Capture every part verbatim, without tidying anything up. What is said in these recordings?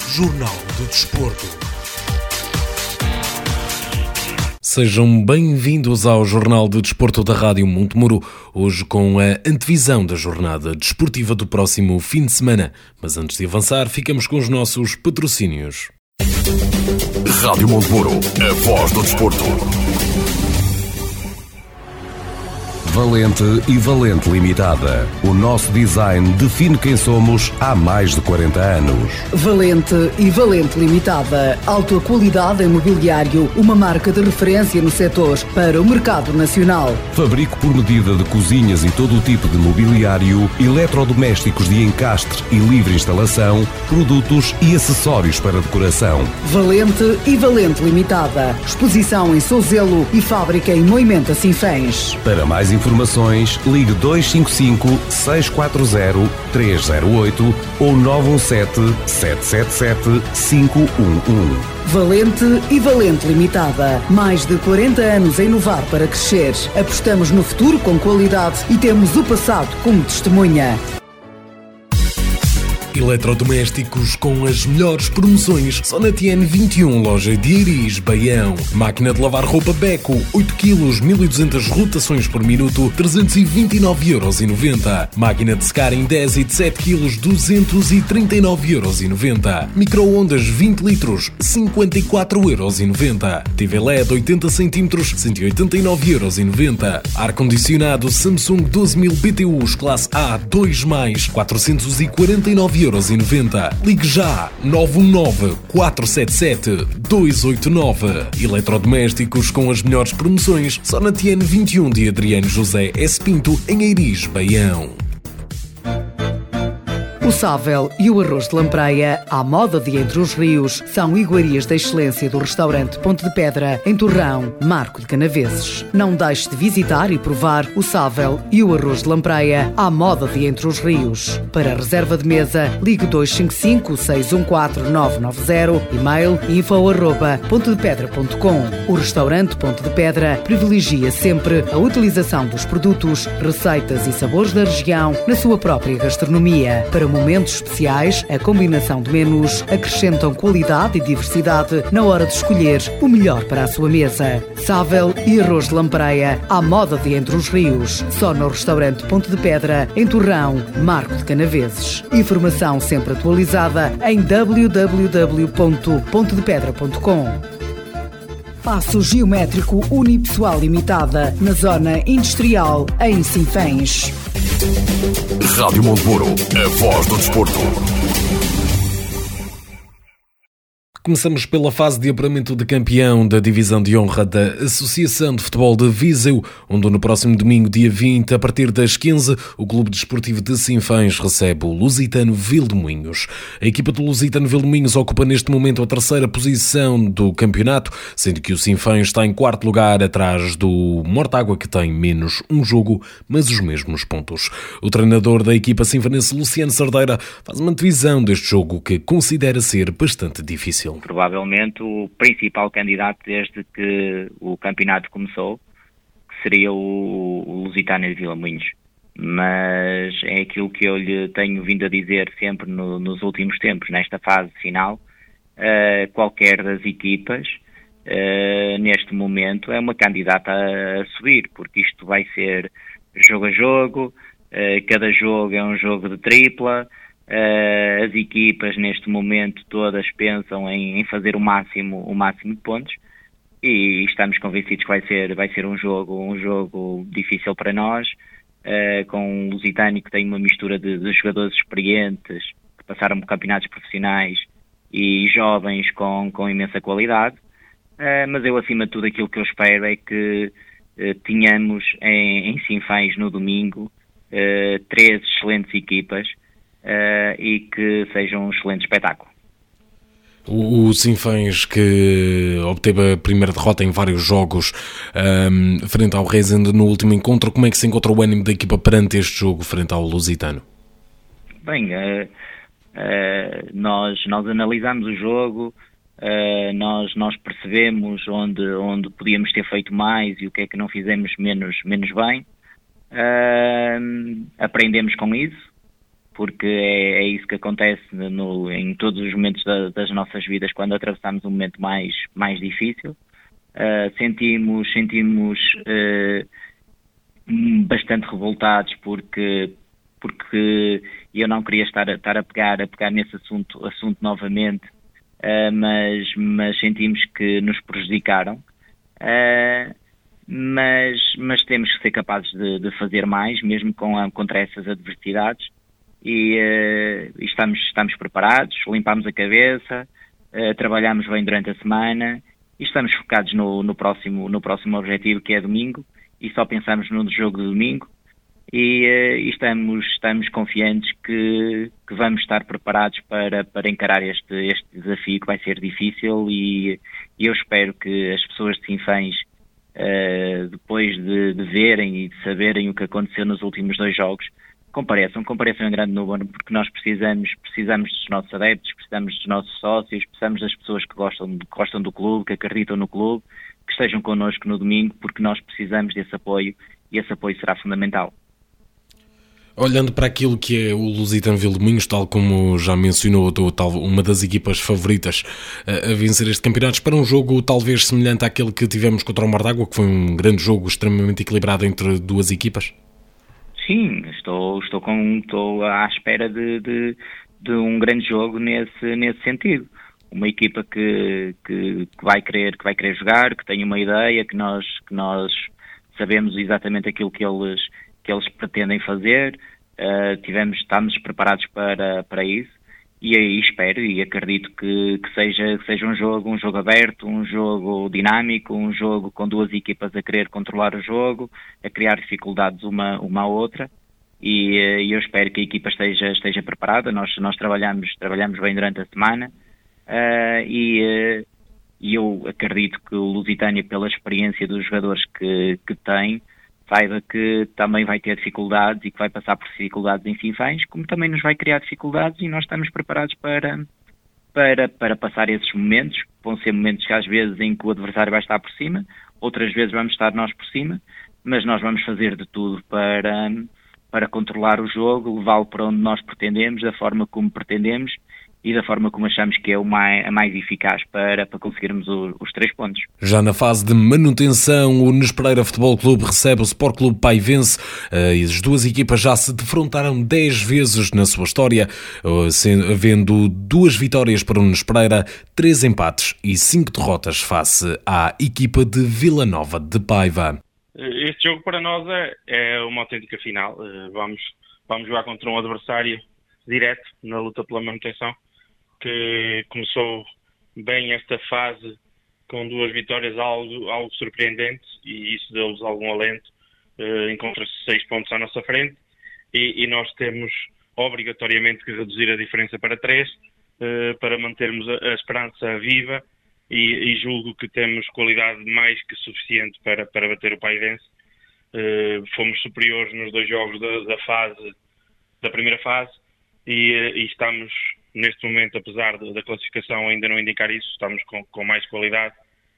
Jornal do Desporto. Sejam bem-vindos ao Jornal do Desporto da Rádio Montemuro, hoje com a antevisão da jornada desportiva do próximo fim de semana. Mas antes de avançar, ficamos com os nossos patrocínios. Rádio Montemuro, a voz do desporto. Valente e Valente Limitada. O nosso design define quem somos há mais de quarenta anos. Valente e Valente Limitada. Alta qualidade em mobiliário, uma marca de referência no setor para o mercado nacional. Fabrico por medida de cozinhas e todo o tipo de mobiliário, eletrodomésticos de encastre e livre instalação, produtos e acessórios para decoração. Valente e Valente Limitada. Exposição em Souzelo e fábrica em Moimenta Sinfãs. Para mais informações, ligue dois cinco cinco, seis quatro zero, três zero oito ou nove um sete, sete sete sete, cinco um um. Valente e Valente Limitada. Mais de quarenta anos a inovar para crescer. Apostamos no futuro com qualidade e temos o passado como testemunha. Eletrodomésticos com as melhores promoções só na T N vinte e um, loja de Iris, Baião. Máquina de lavar roupa Beko, oito quilos, mil e duzentas rotações por minuto, trezentos e vinte e nove euros e noventa. Máquina de secar em dez e de sete quilos, duzentos e trinta e nove euros e noventa. Micro-ondas vinte litros, cinquenta e quatro euros e noventa. T V L E D oitenta centímetros, cento e oitenta e nove euros e noventa. Ar-condicionado Samsung doze mil B T Us classe A dois mais, quatrocentos e quarenta e nove euros e noventa. Ligue já nove um nove, quatro sete sete, dois oito nove. Eletrodomésticos com as melhores promoções só na T N vinte e um de Adriano José S. Pinto em Eiris, Baião. O Sável e o arroz de lampreia, à moda de Entre os Rios, são iguarias da excelência do restaurante Ponte de Pedra, em Torrão, Marco de Canaveses. Não deixe de visitar e provar o Sável e o arroz de lampreia, à moda de Entre os Rios. Para reserva de mesa, ligue dois cinco cinco, seis um quatro, nove nove zero, e-mail info arroba ponte de pedra ponto com. O restaurante Ponte de Pedra privilegia sempre a utilização dos produtos, receitas e sabores da região na sua própria gastronomia. Para momentos especiais, a combinação de menus acrescentam qualidade e diversidade na hora de escolher o melhor para a sua mesa. Sável e arroz de lampreia, à moda de Entre os Rios, só no restaurante Ponte de Pedra, em Torrão, Marco de Canaveses. Informação sempre atualizada em w w w ponto ponte de pedra ponto com. Passo Geométrico Unipessoal Limitada, na zona industrial, em Sinfãs. Rádio Montemuro, a voz do desporto. Começamos pela fase de apuramento de campeão da Divisão de Honra da Associação de Futebol de Viseu, onde no próximo domingo, dia vinte, a partir das quinze, o Clube Desportivo de Sinfãs recebe o Lusitano Vilmoinhos. A equipa do Lusitano Vilmoinhos ocupa neste momento a terceira posição do campeonato, sendo que o Sinfãs está em quarto lugar, atrás do Mortágua, que tem menos um jogo, mas os mesmos pontos. O treinador da equipa sinfanense, Luciano Sardeira, faz uma divisão deste jogo que considera ser bastante difícil. Provavelmente o principal candidato desde que o campeonato começou, que seria o, o Lusitano de Vilmoinhos. Mas é aquilo que eu lhe tenho vindo a dizer sempre no, nos últimos tempos, nesta fase final, uh, qualquer das equipas, uh, neste momento, é uma candidata a, a subir, porque isto vai ser jogo a jogo, uh, cada jogo é um jogo de tripla. Uh, as equipas neste momento todas pensam em, em fazer o máximo, o máximo de pontos e estamos convencidos que vai ser, vai ser um jogo, um jogo difícil para nós, uh, com um Lusitano que tem uma mistura de, de jogadores experientes que passaram por campeonatos profissionais e jovens com, com imensa qualidade, uh, mas eu acima de tudo aquilo que eu espero é que uh, tenhamos em, em Sinfãs no domingo uh, três excelentes equipas. Uh, e que seja um excelente espetáculo. O, o Sinfãs, que obteve a primeira derrota em vários jogos um, frente ao Rezende no último encontro, como é que se encontra o ânimo da equipa perante este jogo frente ao Lusitano? Bem, uh, uh, nós, nós analisamos o jogo, uh, nós, nós percebemos onde, onde podíamos ter feito mais e o que é que não fizemos menos, menos bem, uh, aprendemos com isso, porque é, é isso que acontece no, em todos os momentos da, das nossas vidas, quando atravessamos um momento mais, mais difícil. Uh, sentimos sentimos uh, bastante revoltados porque, porque eu não queria estar a, estar a, pegar, a pegar nesse assunto, assunto novamente, uh, mas, mas sentimos que nos prejudicaram. Uh, mas, mas temos que ser capazes de, de fazer mais, mesmo com a, contra essas adversidades, e, uh, e estamos, estamos preparados, limpamos a cabeça, uh, trabalhamos bem durante a semana e estamos focados no, no, próximo, no próximo objetivo, que é domingo, e só pensamos no jogo de domingo, e, uh, e estamos, estamos confiantes que, que vamos estar preparados para, para encarar este, este desafio, que vai ser difícil, e, e eu espero que as pessoas de Sinfãs, Uh, depois de, de verem e de saberem o que aconteceu nos últimos dois jogos, compareçam, compareçam em grande número, porque nós precisamos, precisamos dos nossos adeptos, precisamos dos nossos sócios, precisamos das pessoas que gostam, que gostam do clube, que acreditam no clube, que estejam connosco no domingo, porque nós precisamos desse apoio, e esse apoio será fundamental. Olhando para aquilo que é o Lusitano Vilmoinhos, tal como já mencionou, tal, uma das equipas favoritas a, a vencer este campeonato, espera um jogo talvez semelhante àquele que tivemos contra o Mortágua, que foi um grande jogo extremamente equilibrado entre duas equipas? Sim, estou, estou, com, estou à espera de, de, de um grande jogo nesse, nesse sentido. Uma equipa que, que, que, vai querer, que vai querer jogar, que tem uma ideia, que nós, que nós sabemos exatamente aquilo que eles... que eles pretendem fazer, uh, tivemos, estamos preparados para, para isso, e aí espero e acredito que, que, seja, que seja um jogo, um jogo aberto, um jogo dinâmico, um jogo com duas equipas a querer controlar o jogo, a criar dificuldades uma, uma à outra, e uh, eu espero que a equipa esteja, esteja preparada. Nós, nós trabalhamos, trabalhamos bem durante a semana, uh, e, uh, e eu acredito que o Lusitânia, pela experiência dos jogadores que, que tem, saiba que também vai ter dificuldades e que vai passar por dificuldades em Sinfãs, como também nos vai criar dificuldades, e nós estamos preparados para, para, para passar esses momentos. Vão ser momentos que às vezes em que o adversário vai estar por cima, outras vezes vamos estar nós por cima, mas nós vamos fazer de tudo para, para controlar o jogo, levá-lo para onde nós pretendemos, da forma como pretendemos e da forma como achamos que é o mais, a mais eficaz para, para conseguirmos o, os três pontos. Já na fase de manutenção, o Nespreira Futebol Clube recebe o Sport Clube Paivense. As duas equipas já se defrontaram dez vezes na sua história, havendo duas vitórias para o Nespreira, três empates e cinco derrotas face à equipa de Vila Nova de Paiva. Este jogo para nós é, é uma autêntica final. Vamos, vamos jogar contra um adversário direto na luta pela manutenção, que começou bem esta fase com duas vitórias algo, algo surpreendente, e isso deu-lhes algum alento. Uh, encontra-se seis pontos à nossa frente, e, e nós temos obrigatoriamente que reduzir a diferença para três, uh, para mantermos a, a esperança viva, e, e julgo que temos qualidade mais que suficiente para, para bater o Paivense. Uh, fomos superiores nos dois jogos da, da, fase, da primeira fase, e, e estamos neste momento, apesar da classificação ainda não indicar isso, estamos com, com mais qualidade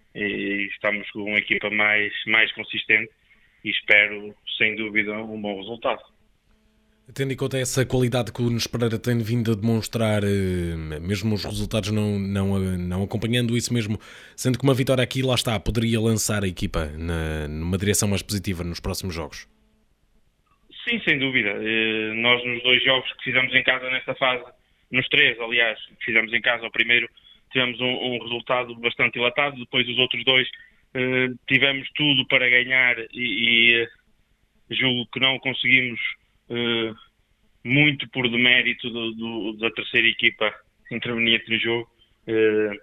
e estamos com uma equipa mais, mais consistente, e espero, sem dúvida, um bom resultado. Tendo em conta essa qualidade que o Nespreira tem vindo a demonstrar, mesmo os resultados não, não, não acompanhando isso mesmo, sendo que uma vitória aqui, lá está, poderia lançar a equipa na, numa direção mais positiva nos próximos jogos? Sim, sem dúvida. Nós, nos dois jogos que fizemos em casa nesta fase, nos três, aliás, que fizemos em casa, o primeiro tivemos um, um resultado bastante dilatado, depois os outros dois uh, tivemos tudo para ganhar, e, e uh, julgo que não conseguimos uh, muito por demérito do, do, da terceira equipa interveniente no jogo, uh,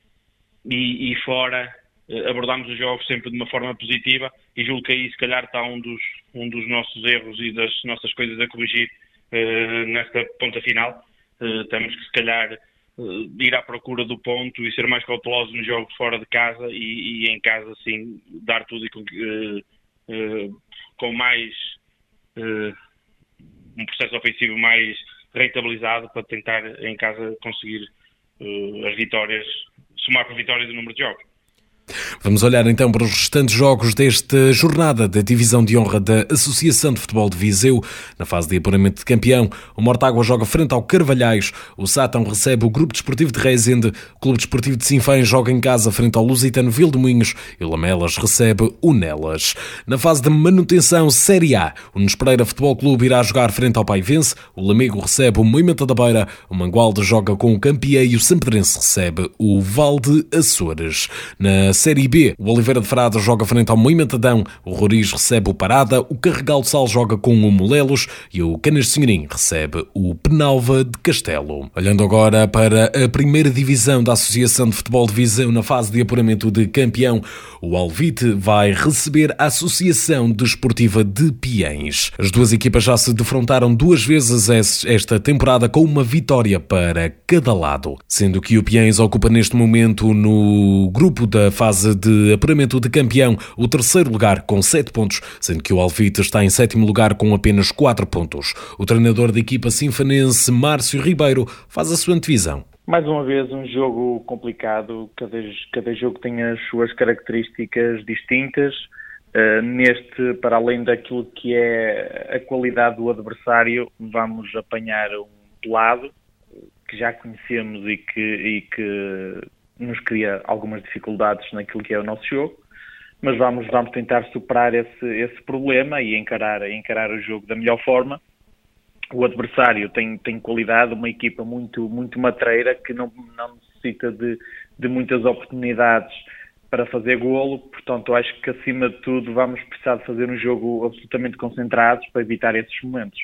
e, e fora uh, abordámos os jogos sempre de uma forma positiva, e julgo que aí se calhar está um dos, um dos nossos erros e das nossas coisas a corrigir uh, nesta ponta final. Uh, temos que se calhar uh, ir à procura do ponto e ser mais cautelosos nos jogos fora de casa, e, e em casa sim dar tudo e com, uh, uh, com mais uh, um processo ofensivo mais rentabilizado, para tentar em casa conseguir uh, as vitórias, somar por vitórias o número de jogos. Vamos olhar então para os restantes jogos desta jornada da Divisão de Honra da Associação de Futebol de Viseu. Na fase de apuramento de campeão, o Mortágua joga frente ao Carvalhais, o Sátão recebe o Grupo Desportivo de Rezende, o Clube Desportivo de Sinfãs joga em casa frente ao Lusitano Vildemunhos e o Lamelas recebe o Nelas. Na fase de manutenção Série A, o Nunes Pereira Futebol Clube irá jogar frente ao Paivense, o Lamego recebe o Moimenta da Beira, o Mangualde joga com o Campeã e o Sampedrense recebe o Valde Açores. Na Série B, o Oliveira de Frade joga frente ao Moimentadão, o Roriz recebe o Parada, o Carregal de Sal joga com o Molelos e o Canas de Senhorim recebe o Penalva de Castelo. Olhando agora para a primeira divisão da Associação de Futebol de Viseu na fase de apuramento de campeão, o Alvite vai receber a Associação Desportiva de Piens. As duas equipas já se defrontaram duas vezes esta temporada com uma vitória para cada lado, sendo que o Piens ocupa neste momento no grupo da fase fase de apuramento de campeão o terceiro lugar com sete pontos, sendo que o Alvite está em sétimo lugar com apenas quatro pontos. O treinador da equipa sinfanense, Márcio Ribeiro, faz a sua antevisão. Mais uma vez um jogo complicado, cada, cada jogo tem as suas características distintas. Uh, neste, para além daquilo que é a qualidade do adversário, vamos apanhar um pelado que já conhecemos e que, e que nos cria algumas dificuldades naquilo que é o nosso jogo, mas vamos, vamos tentar superar esse, esse problema e encarar, encarar o jogo da melhor forma. O adversário tem, tem qualidade, uma equipa muito, muito matreira, que não, não necessita de, de muitas oportunidades para fazer golo, portanto acho que acima de tudo vamos precisar de fazer um jogo absolutamente concentrados para evitar esses momentos.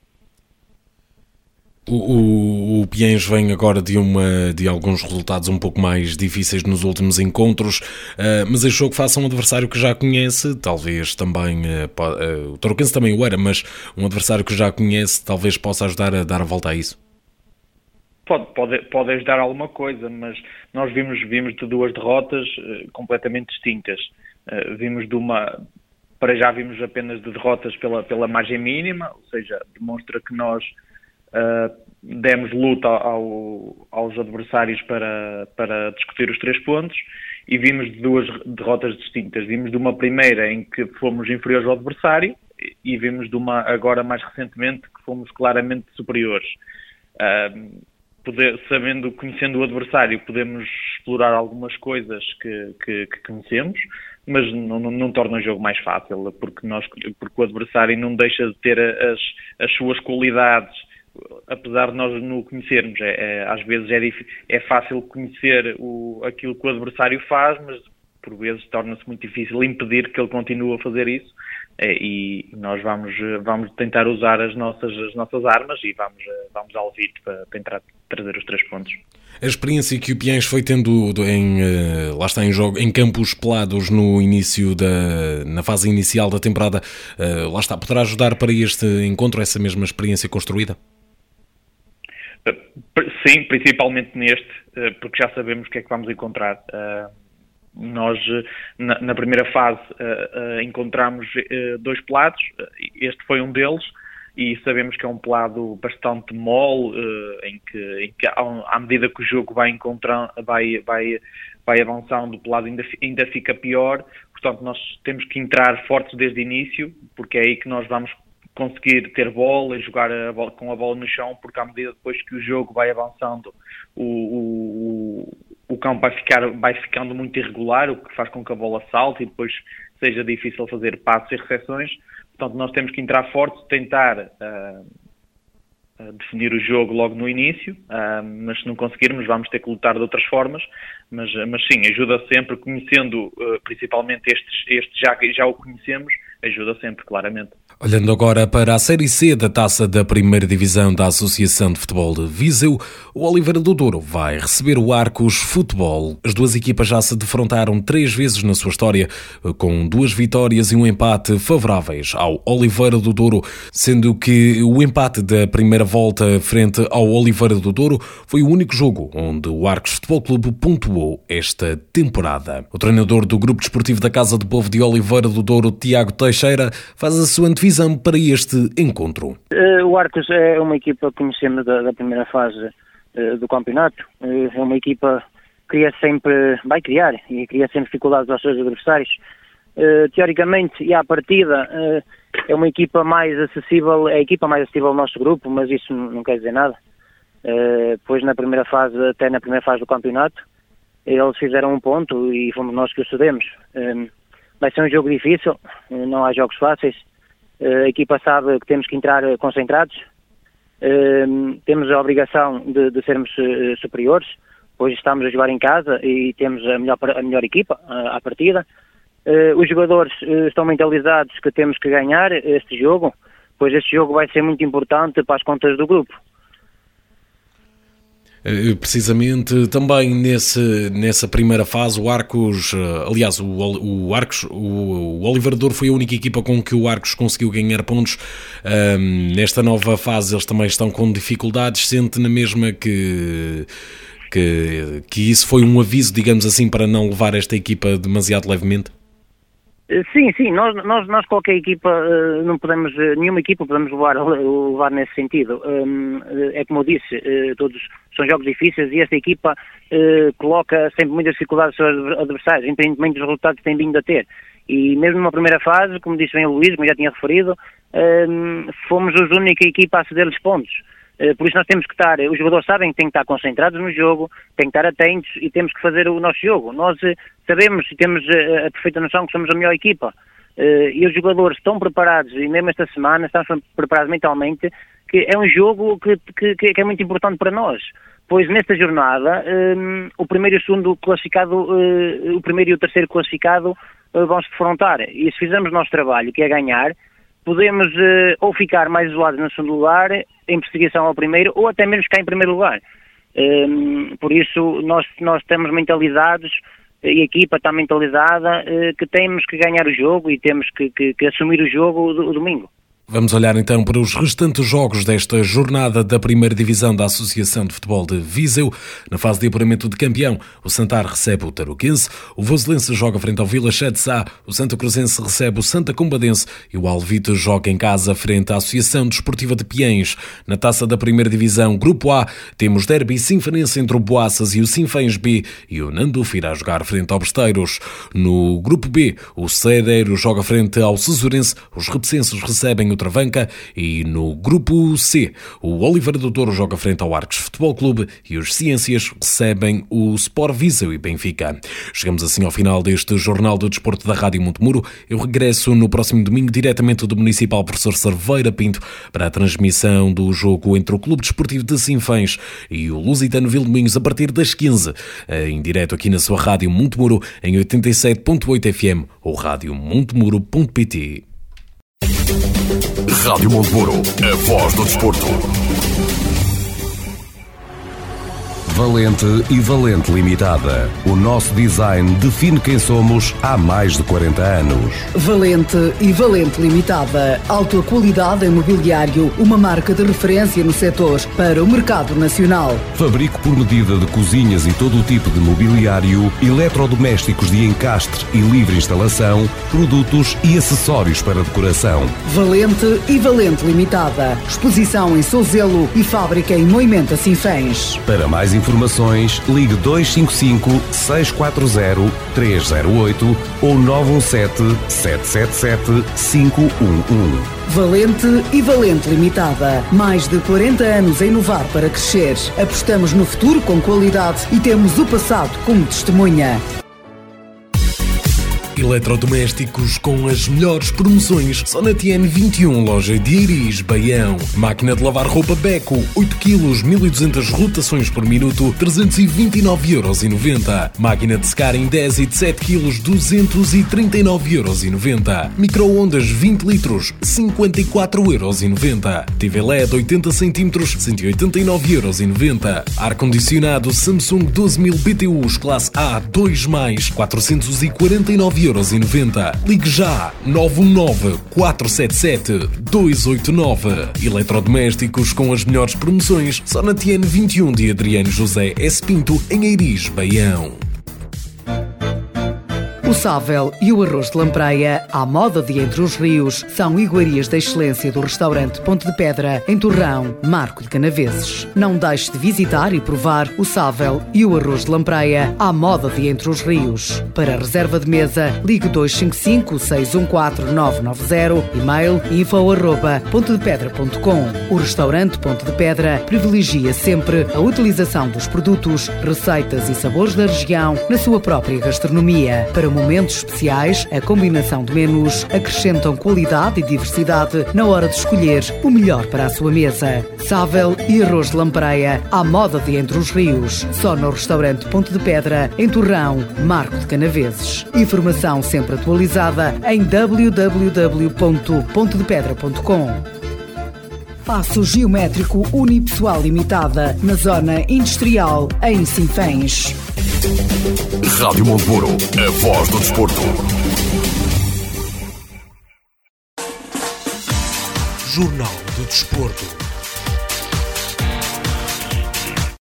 O, o, o Piens vem agora de, uma, de alguns resultados um pouco mais difíceis nos últimos encontros, uh, mas achou que faça um adversário que já conhece, talvez também, uh, uh, o Tarouquense também o era, mas um adversário que já conhece talvez possa ajudar a dar a volta a isso? Pode, pode, pode ajudar alguma coisa, mas nós vimos, vimos de duas derrotas uh, completamente distintas. Uh, vimos de uma... Para já vimos apenas de derrotas pela, pela margem mínima, ou seja, demonstra que nós Uh, demos luta ao, aos adversários para, para discutir os três pontos, e vimos duas derrotas distintas. Vimos de uma primeira em que fomos inferiores ao adversário e vimos de uma agora mais recentemente que fomos claramente superiores. Uh, poder, sabendo, conhecendo o adversário, podemos explorar algumas coisas que, que, que conhecemos, mas não, não, não torna o jogo mais fácil, porque, nós, porque o adversário não deixa de ter as, as suas qualidades. Apesar de nós não o conhecermos, é, é, às vezes é, é fácil conhecer o, aquilo que o adversário faz, mas por vezes torna-se muito difícil impedir que ele continue a fazer isso, é, e nós vamos, vamos tentar usar as nossas, as nossas armas e vamos, vamos ao Alvite para tentar trazer os três pontos. A experiência que o Piens foi tendo em, lá está, em, jogo, em campos pelados no início da, na fase inicial da temporada, lá está, poderá ajudar para este encontro essa mesma experiência construída? Sim, principalmente neste, porque já sabemos o que é que vamos encontrar. Nós, na, na primeira fase, encontramos dois pelados, este foi um deles, e sabemos que é um pelado bastante mole, em que, em que à medida que o jogo vai, encontrando, vai, vai, vai avançando, o pelado ainda, ainda fica pior. Portanto, nós temos que entrar fortes desde o início, porque é aí que nós vamos conseguir ter bola e jogar a bola, com a bola no chão, porque à medida depois que o jogo vai avançando, o, o, o campo vai, ficar, vai ficando muito irregular, o que faz com que a bola salte e depois seja difícil fazer passos e recepções. Portanto, nós temos que entrar forte, tentar uh, uh, definir o jogo logo no início, uh, mas se não conseguirmos vamos ter que lutar de outras formas, mas, mas sim, ajuda sempre, conhecendo uh, principalmente estes, este já, já o conhecemos, ajuda sempre, claramente. Olhando agora para a Série C da Taça da Primeira Divisão da Associação de Futebol de Viseu, o Oliveira do Douro vai receber o Arcos Futebol. As duas equipas já se defrontaram três vezes na sua história, com duas vitórias e um empate favoráveis ao Oliveira do Douro, sendo que o empate da primeira volta frente ao Oliveira do Douro foi o único jogo onde o Arcos Futebol Clube pontuou esta temporada. O treinador do Grupo Desportivo da Casa de Povo de Oliveira do Douro, Tiago Teixeira, faz a sua antevisão para este encontro. O Arcos é uma equipa que conhecemos da, da primeira fase uh, do campeonato. Uh, é uma equipa cria sempre, vai criar e cria sempre dificuldades aos seus adversários. Uh, teoricamente e à partida uh, é uma equipa mais acessível, é a equipa mais acessível ao nosso grupo, mas isso não, não quer dizer nada. Uh, pois na primeira fase, até na primeira fase do campeonato, eles fizeram um ponto e fomos nós que o cedemos. Uh, vai ser um jogo difícil, uh, não há jogos fáceis. Uh, a equipa sabe que temos que entrar uh, concentrados, uh, temos a obrigação de, de sermos uh, superiores, pois estamos a jogar em casa e temos a melhor, a melhor equipa uh, à partida. Uh, os jogadores uh, estão mentalizados que temos que ganhar este jogo, pois este jogo vai ser muito importante para as contas do grupo. Uh, precisamente também nesse, nessa primeira fase o Arcos, uh, aliás o, o Arcos, o, o Oliver Douro foi a única equipa com que o Arcos conseguiu ganhar pontos. Um, nesta nova fase eles também estão com dificuldades, sente na mesma que... Que, que isso foi um aviso, digamos assim, para não levar esta equipa demasiado levemente? Sim, sim, nós, nós, nós qualquer equipa, não podemos, nenhuma equipa podemos levar, levar nesse sentido. É como eu disse, todos são jogos difíceis e esta equipa coloca sempre muitas dificuldades aos seus adversários, independentemente dos resultados que têm vindo a ter. E mesmo numa primeira fase, como disse bem o Luís, como já tinha referido, fomos a única equipa a ceder-lhes pontos. Por isso nós temos que estar, os jogadores sabem que têm que estar concentrados no jogo, têm que estar atentos e temos que fazer o nosso jogo. Nós sabemos e temos a perfeita noção que somos a melhor equipa e os jogadores estão preparados e mesmo esta semana estamos preparados mentalmente que é um jogo que, que, que é muito importante para nós. Pois nesta jornada um, o primeiro e o segundo classificado, uh, o primeiro e o terceiro classificado uh, vão se defrontar e se fizermos o nosso trabalho, que é ganhar, podemos uh, ou ficar mais isolados no segundo lugar, em perseguição ao primeiro, ou até mesmo ficar em primeiro lugar. Um, por isso, nós, nós estamos mentalizados, e a equipa está mentalizada, uh, que temos que ganhar o jogo e temos que, que, que assumir o jogo o, o domingo. Vamos olhar então para os restantes jogos desta jornada da primeira divisão da Associação de Futebol de Viseu. Na fase de apuramento de campeão, o Santar recebe o Tarouquense, o Voselense joga frente ao Vila Sede Sá, o Santa Cruzense recebe o Santa Combadense e o Alvite joga em casa frente à Associação Desportiva de Piens. Na taça da primeira divisão, Grupo A, temos derby sinfanense entre o Boaças e o Sinfãs B e o Nanduf irá jogar frente ao Besteiros. No Grupo B, o Cedeiro joga frente ao Cesurense, os Repesenses recebem o Travanca e no Grupo C, o Oliver do Douro joga frente ao Arcos Futebol Clube e os Ciências recebem o Sport Viseu e Benfica. Chegamos assim ao final deste Jornal do Desporto da Rádio Montemuro. Eu regresso no próximo domingo diretamente do Municipal Professor Cerveira Pinto para a transmissão do jogo entre o Clube Desportivo de Sinfãs e o Lusitano Vilmoinhos a partir das quinze, em direto aqui na sua Rádio Montemuro em oitenta e sete ponto oito F M ou rádio montemuro ponto pt. Rádio Montemuro, a voz do desporto. Valente e Valente Limitada. O nosso design define quem somos há mais de quarenta anos. Valente e Valente Limitada. Alta qualidade em mobiliário, uma marca de referência no setor para o mercado nacional. Fabrico por medida de cozinhas e todo o tipo de mobiliário, eletrodomésticos de encastre e livre instalação, produtos e acessórios para decoração. Valente e Valente Limitada. Exposição em Souzelo e fábrica em Moimenta Sinfãs. Para mais informações, Informações, ligue dois cinco cinco, seis quatro zero, três zero oito ou nove um sete, sete sete sete, cinco um um. Valente e Valente Limitada. Mais de quarenta anos a inovar para crescer. Apostamos no futuro com qualidade e temos o passado como testemunha. Eletrodomésticos com as melhores promoções só na T N vinte e um, loja de Iris, Baião. Máquina de lavar roupa Beko, oito quilos, mil e duzentas rotações por minuto, trezentos e vinte e nove euros e noventa. Máquina de secar em dez e de sete quilos, duzentos e trinta e nove euros e noventa. Micro-ondas vinte litros, cinquenta e quatro euros e noventa. T V L E D oitenta centímetros, cento e oitenta e nove euros e noventa. Ar-condicionado Samsung doze mil B T Us classe A dois mais, quatrocentos e quarenta e nove euros e noventa. Ligue já nove um nove, quatro sete sete, dois oito nove. Eletrodomésticos com as melhores promoções só na T N vinte e um de Adriano José S. Pinto em Eiris, Baião. O Sável e o arroz de lampreia, à moda de Entre os Rios, são iguarias da excelência do restaurante Ponte de Pedra, em Torrão, Marco de Canaveses. Não deixe de visitar e provar o Sável e o arroz de lampreia, à moda de Entre os Rios. Para reserva de mesa, ligue dois cinco cinco, seis um quatro, nove nove zero, e-mail info arroba ponte de pedra ponto com. O restaurante Ponte de Pedra privilegia sempre a utilização dos produtos, receitas e sabores da região na sua própria gastronomia. Para momentos especiais, a combinação de menus acrescentam qualidade e diversidade na hora de escolher o melhor para a sua mesa. Sável e arroz de lampreia, à moda de Entre os Rios, só no restaurante Ponte de Pedra, em Torrão, Marco de Canaveses. Informação sempre atualizada em w w w ponto ponte de pedra ponto com. Passo Geométrico Unipessoal Limitada, na Zona Industrial, em Sinfãs. Rádio Monteburo, a voz do desporto. Jornal do Desporto.